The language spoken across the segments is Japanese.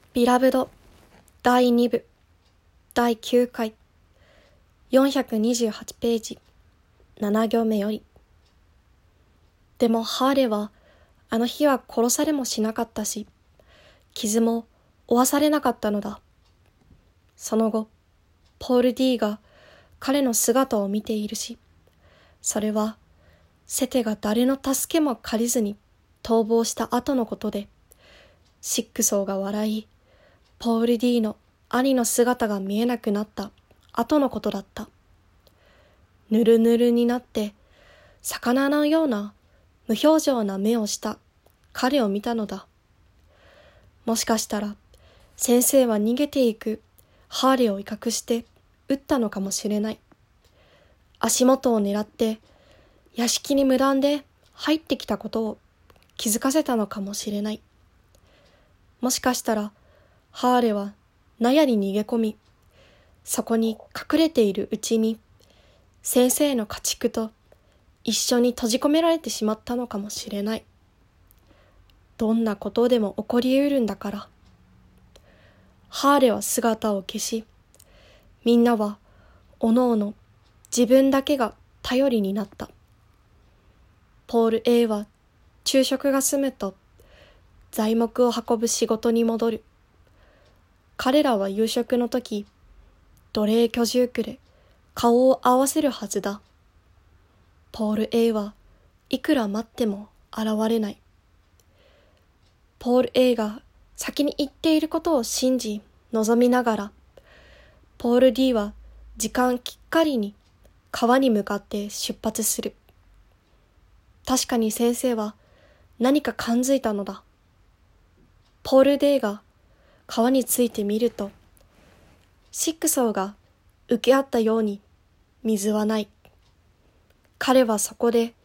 ビラブド第2部第9回428ページ7行目より。でもハーレはあの日は殺されもしなかったし、傷も負わされなかったのだ。その後、ポール D が彼の姿を見ているし、それはセテが誰の助けも借りずに逃亡した後のことで、シックソーが笑い、ポール D の兄の姿が見えなくなった後のことだった。ぬるぬるになって魚のような無表情な目をした彼を見たのだ。もしかしたら先生は逃げていくハーレを威嚇して撃ったのかもしれない。足元を狙って屋敷に無断で入ってきたことを気づかせたのかもしれない。もしかしたらハーレは納屋に逃げ込み、そこに隠れているうちに先生の家畜と一緒に閉じ込められてしまったのかもしれない。どんなことでも起こり得るんだから。ハーレは姿を消し、みんなはおのおの自分だけが頼りになった。ポール A は昼食が済むと材木を運ぶ仕事に戻る。彼らは夕食の時、奴隷居住区で顔を合わせるはずだ。ポール A はいくら待っても現れない。ポール A が先に行っていることを信じ望みながら、ポール D は時間きっかりに川に向かって出発する。確かに先生は何か感づいたのだ。ポール D が川についてみると、シックソーが受け合ったように水はない。彼はそこで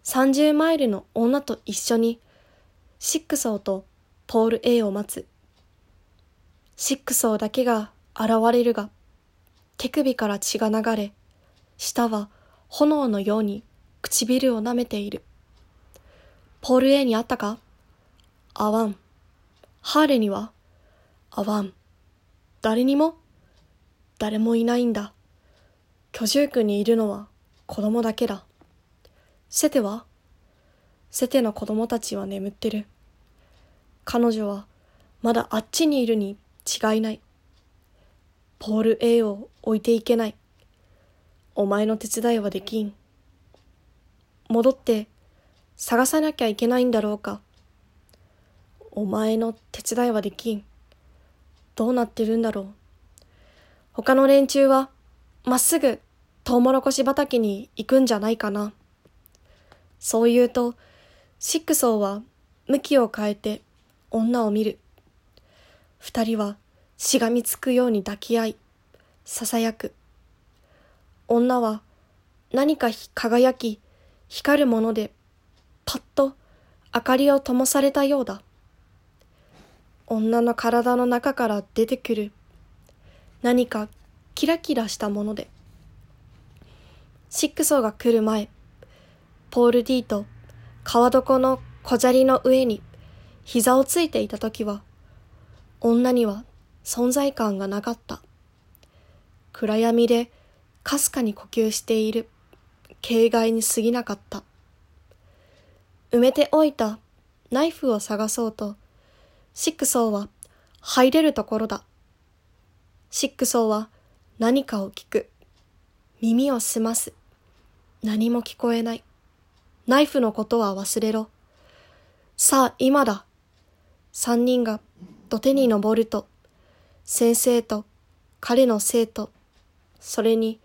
30マイルの女と一緒にシックソーとポール A を待つ。シックソーだけが現れるが、手首から血が流れ、舌は炎のように唇を舐めている。ポール A に会ったか？会わん。ハーレには？会わん。誰にも？誰もいないんだ。居住区にいるのは子供だけだ。セテは？セテの子供たちは眠ってる。彼女はまだあっちにいるに違いない。ポール A を置いていけない。お前の手伝いはできん。戻って探さなきゃいけないんだろうか。お前の手伝いはできん。どうなってるんだろう。他の連中はまっすぐトウモロコシ畑に行くんじゃないかな。そう言うと、シックソーは向きを変えて女を見る。二人はしがみつくように抱き合い、ささやく。女は何か輝き、光るものでパッと明かりを灯されたようだ。女の体の中から出てくる何かキラキラしたもので。シックソーが来る前、ポール D と川床の小砂利の上に膝をついていたときは、女には存在感がなかった。暗闇でかすかに呼吸している形骸に過ぎなかった。埋めておいたナイフを探そうと、シックソーは入れるところだ。シックソーは何かを聞く。耳を澄ます。何も聞こえない。ナイフのことは忘れろ。さあ今だ。三人が土手に登ると、先生と彼の生徒、それに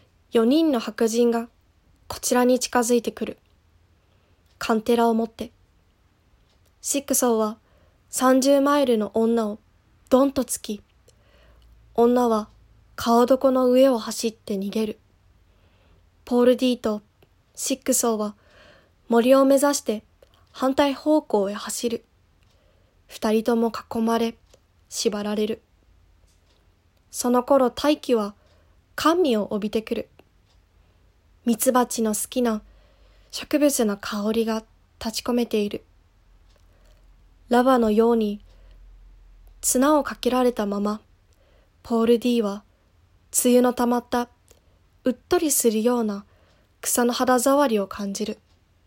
4人の白人がこちらに近づいてくる。カンテラを持って。シックソーは30マイルの女をドンと突き、女は川床の上を走って逃げる。ポール D とシックソーは森を目指して反対方向へ走る。二人とも囲まれ、縛られる。その頃大気は甘味を帯びてくる。ミツバチの好きな植物の香りが立ち込めている。ラバのように砂をかけられたまま、ポール D は梅雨の溜まったうっとりするような草の肌触りを感じる。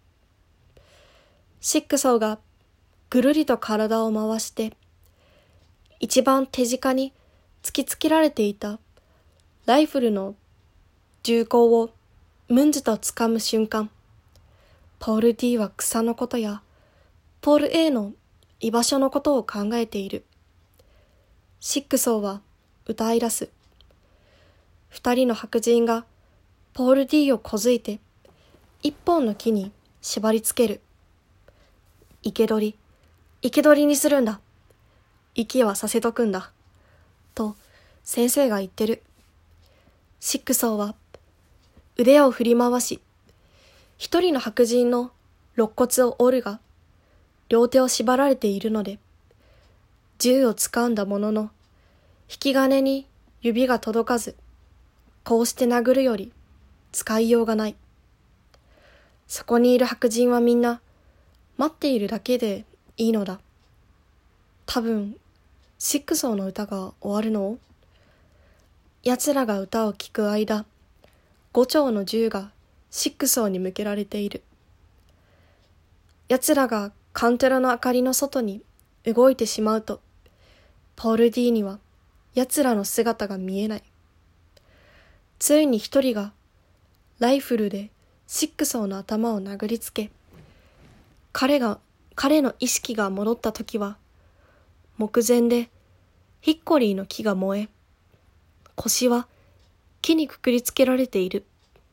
シックソーがぐるりと体を回して、一番手近に突きつけられていたライフルの銃口をムンズと掴む瞬間、ポール D は草のことやポール A の居場所のことを考えている。シックソーは歌い出す。二人の白人がポール D をこづいて一本の木に縛り付ける。生け捕りにするんだ。息はさせとくんだ。と先生が言ってる。シックソーは腕を振り回し、一人の白人の肋骨を折るが、両手を縛られているので、銃を掴んだものの、引き金に指が届かず、こうして殴るより使いようがない。そこにいる白人はみんな待っているだけでいいのだ。多分、シックソーの歌が終わるのを、奴らが歌を聴く間、5丁の銃がシックソーに向けられている。奴らがカンテラの明かりの外に動いてしまうと、ポール D には奴らの姿が見えない。ついに一人がライフルでシックソーの頭を殴りつけ、彼の意識が戻った時は、目前でヒッコリーの木が燃え、腰は木にくくりつけられている。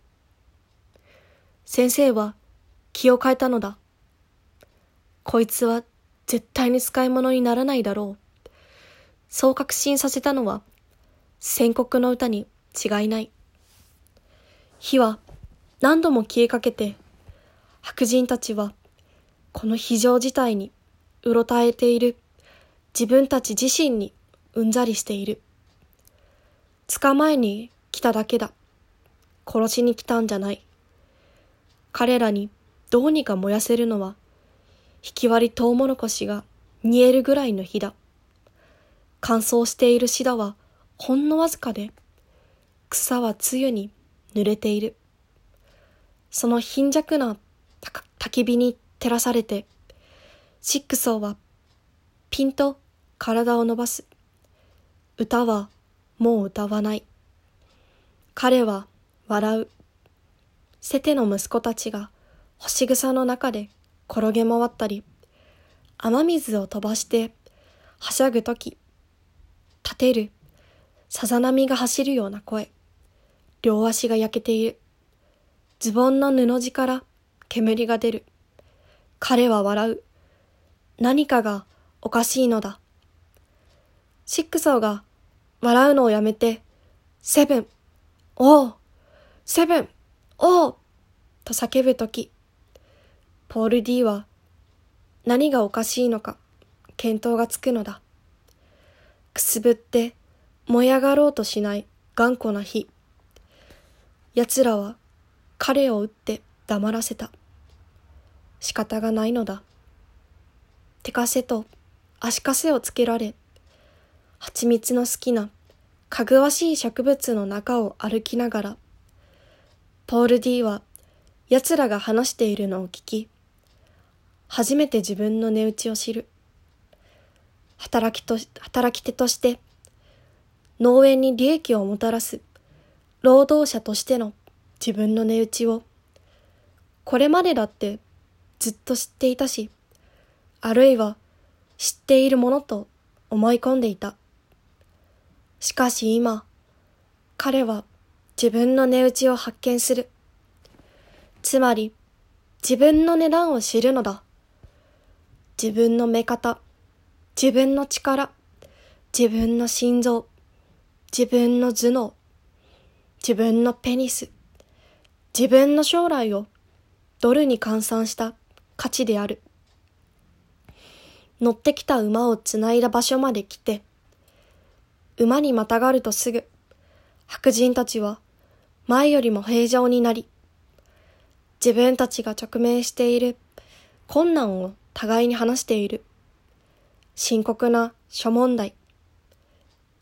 先生は気を変えたのだ。こいつは絶対に使い物にならないだろう。そう確信させたのは宣告の歌に違いない。火は何度も消えかけて、白人たちはこの非常事態にうろたえている自分たち自身にうんざりしている。捕まえに来ただけだ。殺しに来たんじゃない。彼らにどうにか燃やせるのは、ひき割りトウモロコシが煮えるぐらいの火だ。乾燥しているシダはほんのわずかで、草は露に濡れている。その貧弱な焚き火に照らされて、シックソーはピンと体を伸ばす。歌はもう歌わない。彼は笑う。セテの息子たちが干し草の中で転げ回ったり、雨水を飛ばしてはしゃぐとき、立てるさざ波が走るような声、両足が焼けている。ズボンの布地から煙が出る。彼は笑う。何かがおかしいのだ。シックソーが笑うのをやめて、セブン、おう、セブン、おう、と叫ぶとき、ポール D は何がおかしいのか見当がつくのだ。くすぶって燃え上がろうとしない頑固な火。奴らは彼を撃って黙らせた。仕方がないのだ。手かせと足かせをつけられ、蜂蜜の好きなかぐわしい植物の中を歩きながら、ポール D は奴らが話しているのを聞き、初めて自分の値打ちを知る。働き手として、農園に利益をもたらす労働者としての自分の値打ちを、これまでだってずっと知っていたし、あるいは知っているものと思い込んでいた。しかし今、彼は自分の値打ちを発見する。つまり、自分の値段を知るのだ。自分の目方、自分の力、自分の心臓、自分の頭脳、自分のペニス、自分の将来をドルに換算した価値である。乗ってきた馬をつないだ場所まで来て、馬にまたがるとすぐ、白人たちは前よりも平常になり、自分たちが直面している困難を互いに話している。深刻な諸問題、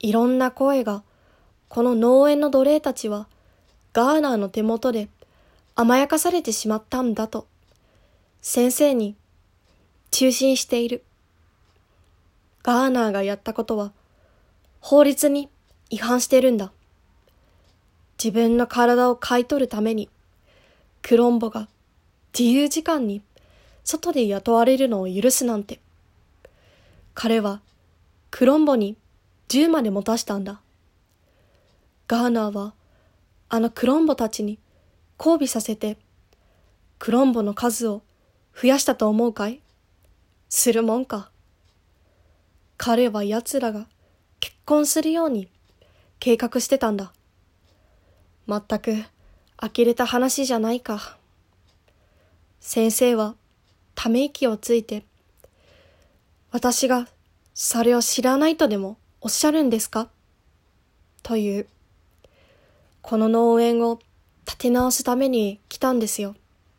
いろんな声が、この農園の奴隷たちはガーナーの手元で甘やかされてしまったんだと、先生に中心している。ガーナーがやったことは法律に違反してるんだ。自分の体を買い取るために、クロンボが自由時間に外で雇われるのを許すなんて。彼はクロンボに銃まで持たしたんだ。ガーナーはあのクロンボたちに交尾させて、クロンボの数を増やしたと思うかい？するもんか。彼は奴らが結婚するように計画してたんだ。まったく呆れた話じゃないか。先生はため息をついて、私がそれを知らないとでもおっしゃるんですか？という。この農園を立て直すために来たんですよ。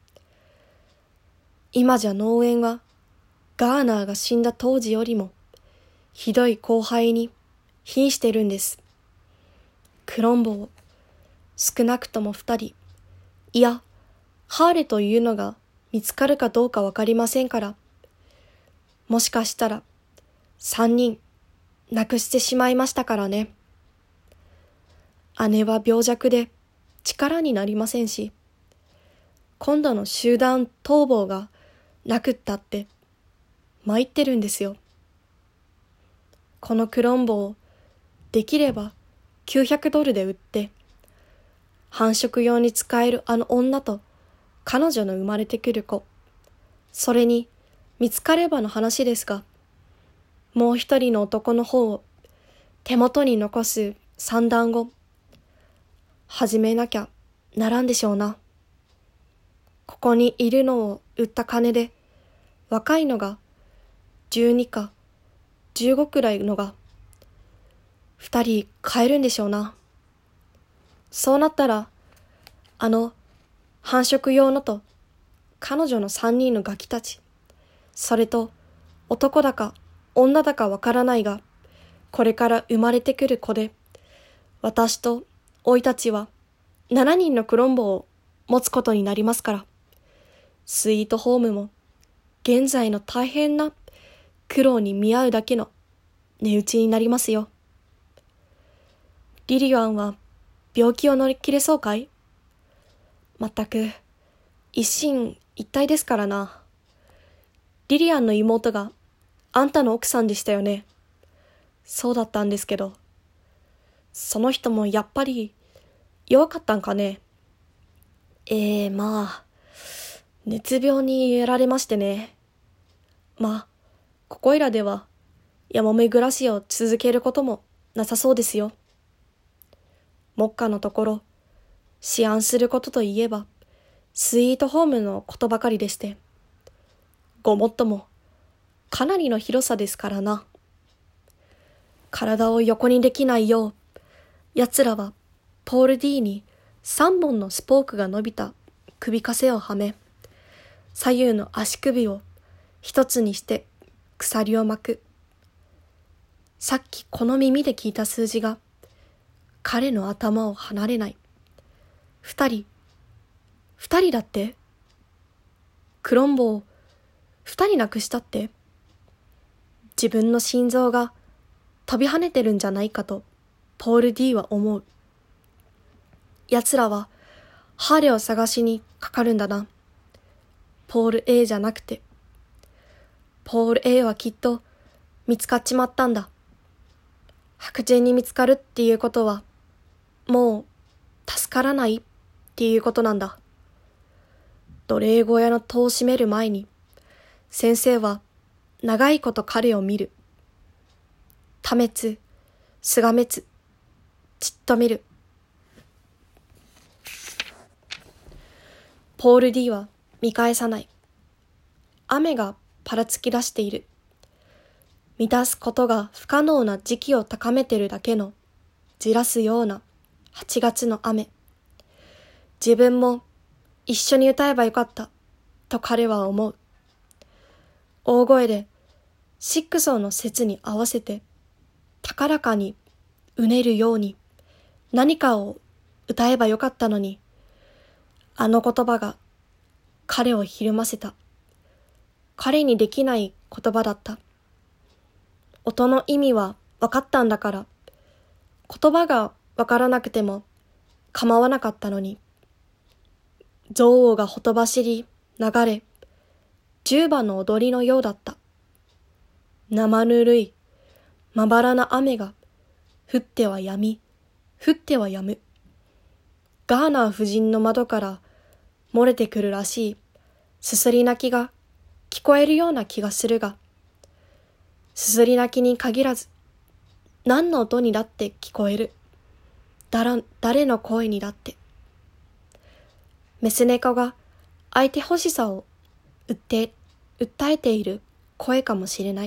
今じゃ農園はガーナーが死んだ当時よりもひどい荒廃に瀕してるんです。クロンボを少なくとも2人、いや、ハーレというのが見つかるかどうかわかりませんから、もしかしたら3人亡くしてしまいましたからね。姉は病弱で力になりませんし、今度の集団逃亡がなくったって参ってるんですよ。このクロンボをできれば$900で売って、繁殖用に使えるあの女と彼女の生まれてくる子、それに見つかればの話ですが、もう一人の男の方を手元に残す算段を始めなきゃならんでしょうな。ここにいるのを売った金で、若いのが12か15くらいのが2人買えるんでしょうな。そうなったら、あの繁殖用のと彼女の3人のガキたち、それと男だか女だかわからないが、これから生まれてくる子で、私とおいたちは7人のクロンボを持つことになりますから、スイートホームも現在の大変な苦労に見合うだけの値打ちになりますよ。リリアンは病気を乗り切れそうかい？まったく一進一退ですからな。リリアンの妹があんたの奥さんでしたよね。そうだったんですけど、その人もやっぱり弱かったんかね。まあ、熱病にやられましてね。まあ、ここいらではやもめ暮らしを続けることもなさそうですよ。目下のところ、思案することといえば、スイートホームのことばかりでして、ごもっとも、かなりの広さですからな。体を横にできないよう、奴らはポール D に3本のスポークが伸びた首かせをはめ、左右の足首を一つにして鎖を巻く。さっきこの耳で聞いた数字が彼の頭を離れない。2人だって？クロンボを2人亡くしたって？自分の心臓が飛び跳ねてるんじゃないかとポール D は思う。奴らはハーレを探しにかかるんだな。ポール A じゃなくて。ポール A はきっと見つかっちまったんだ。白人に見つかるっていうことは、もう助からないっていうことなんだ。奴隷小屋の戸を閉める前に、先生は長いこと彼を見る。ためつ、すがめつ、じっと見る。ポール D は見返さない。雨がぱらつき出している。満たすことが不可能な時期を高めてるだけの、じらすような8月の雨。自分も一緒に歌えばよかった、と彼は思う。大声で、シックソーの節に合わせて、高らかにうねるように何かを歌えばよかったのに、あの言葉が彼をひるませた。彼にできない言葉だった。音の意味は分かったんだから、言葉が分からなくても構わなかったのに。憎悪がほとばしり流れ、十番の踊りのようだった。生ぬるい、まばらな雨が降っては止み、降っては止む。ガーナー夫人の窓から漏れてくるらしいすすり泣きが聞こえるような気がするが、すすり泣きに限らず、何の音にだって聞こえる。誰の声にだって。メス猫が相手欲しさを訴えている声かもしれない。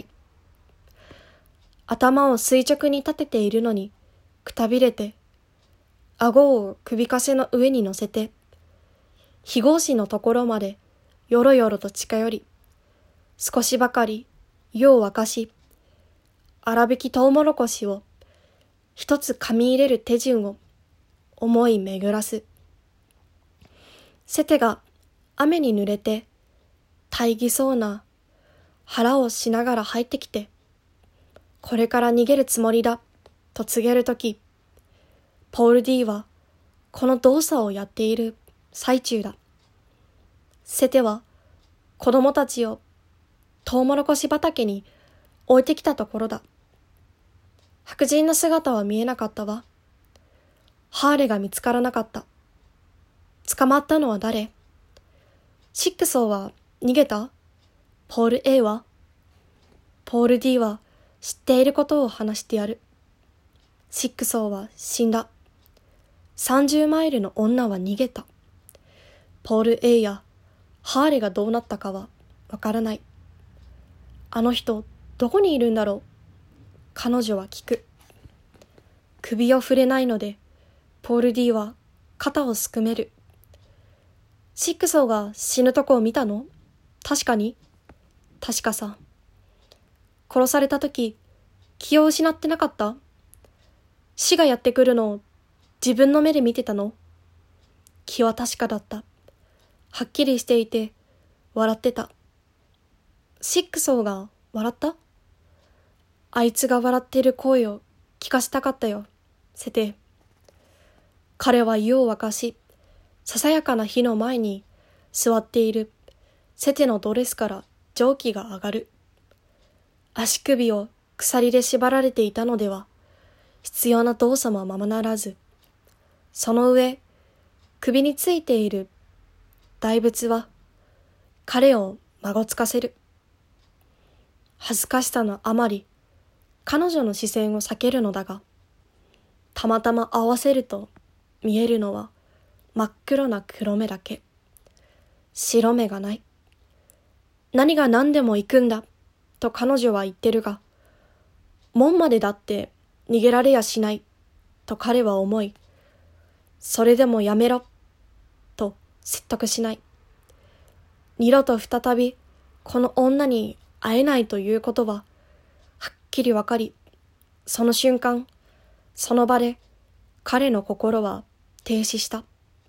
頭を垂直に立てているのにくたびれて、顎を首かせの上に乗せて、非合子のところまでよろよろと近寄り、少しばかり湯を沸かし、粗挽きトウモロコシを一つ噛み入れる手順を思い巡らす。セテが雨に濡れて大儀そうな腹をしながら入ってきて、これから逃げるつもりだと告げるとき、ポール D はこの動作をやっている最中だ。セテは子供たちをトウモロコシ畑に置いてきたところだ。白人の姿は見えなかったわ。ハーレが見つからなかった。捕まったのは誰？シックソーは逃げた？ポール A は？ポール D は知っていることを話してやる。シックソーは死んだ。30マイルの女は逃げた。ポール A やハーレがどうなったかはわからない。あの人どこにいるんだろう。彼女は聞く。首を触れないので、ポール D は肩をすくめる。シックソーが死ぬとこを見たの？確かに？確かさ。殺されたとき、気を失ってなかった？死がやってくるのを自分の目で見てたの？気は確かだった。はっきりしていて、笑ってた。シックソーが笑った？あいつが笑っている声を聞かせたかったよ、セテ。彼は湯を沸かし、ささやかな火の前に座っているセテのドレスから蒸気が上がる。足首を鎖で縛られていたのでは、必要な動作もままならず、その上、首についている大仏は、彼をまごつかせる。恥ずかしさのあまり、彼女の視線を避けるのだが、たまたま合わせると見えるのは真っ黒な黒目だけ。白目がない。何が何でも行くんだ、と彼女は言ってるが、門までだって逃げられやしない、と彼は思い、それでもやめろ、と説得しない。二度と再びこの女に会えないということは、はっきりわかり、その瞬間、その場で彼の心は停止した。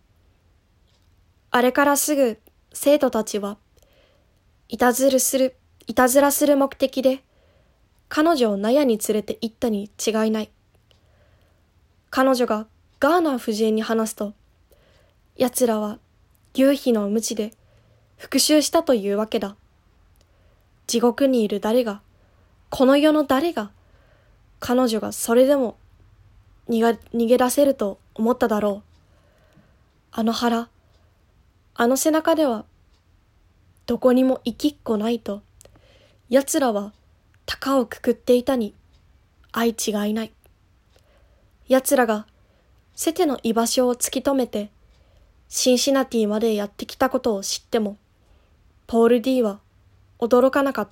あれからすぐ生徒たちは、いたずらする目的で、彼女を納屋に連れて行ったに違いない。彼女がガーナー夫人に話すと、奴らは夕日の無知で復讐したというわけだ。地獄にいる誰が、この世の誰が、彼女がそれでも逃げ出せると思っただろう。あの腹、あの背中では、どこにも行きっこないと、奴らは高をくくっていたに相違いない。奴らがセテの居場所を突き止めて、シンシナティまでやってきたことを知っても、ポール D は驚かなかった。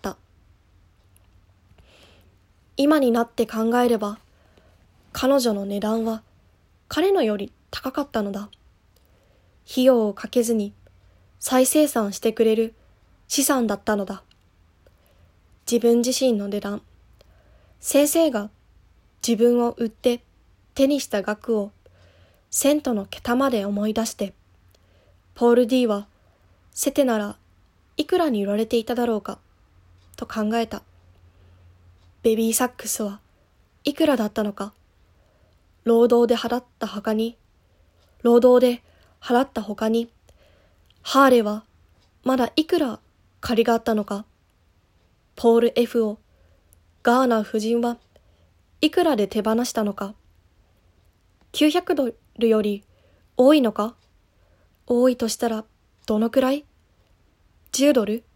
今になって考えれば、彼女の値段は彼のより高かったのだ。費用をかけずに再生産してくれる資産だったのだ。自分自身の値段。先生が自分を売って手にした額をセントの桁まで思い出して、ポール D はセテならいくらに売られていただろうかと考えた。ベビーサックスはいくらだったのか。労働で払った他に、ハーレはまだいくら借りがあったのか。ポール F をガーナー夫人はいくらで手放したのか。900ドルより多いのか。多いとしたらどのくらい？ 10 ドル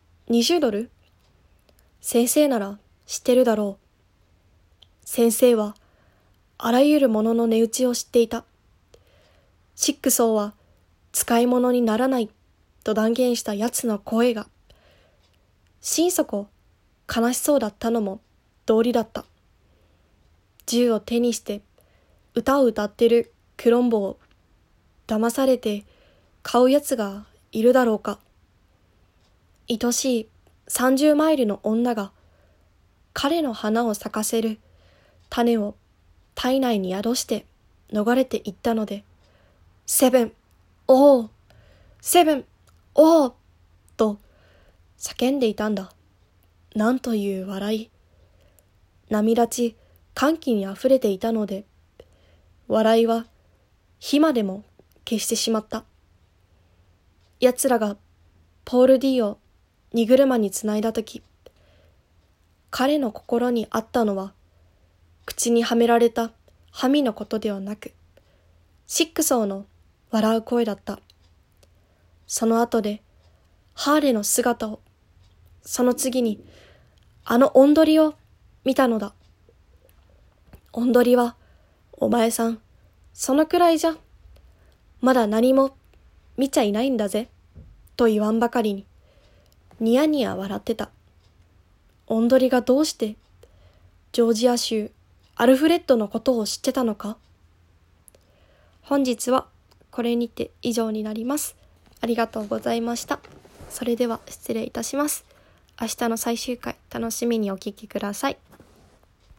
?20 ドル？先生なら知ってるだろう。先生はあらゆるものの値打ちを知っていた。シックソーは使い物にならないと断言した奴の声が、心底悲しそうだったのも道理だった。銃を手にして歌を歌ってるクロンボを騙されて買う奴がいるだろうか。愛しい30マイルの女が彼の花を咲かせる種を体内に宿して逃れていったので、セブン、おー、セブン、おー、と叫んでいたんだ。なんという笑い。波立ち、歓喜にあふれていたので、笑いは火までも消してしまった。奴らがポール D を荷車につないだとき、彼の心にあったのは、口にはめられたハミのことではなく、シックソーの笑う声だった。その後で、ハーレの姿を、その次に、あのおんどりを見たのだ。おんどりは、お前さん、そのくらいじゃ、まだ何も見ちゃいないんだぜ、と言わんばかりに、ニヤニヤ笑ってた。おんどりがどうして、ジョージア州アルフレッドのことを知ってたのか。本日はこれにて以上になります。ありがとうございました。それでは失礼いたします。明日の最終回楽しみにお聞きください。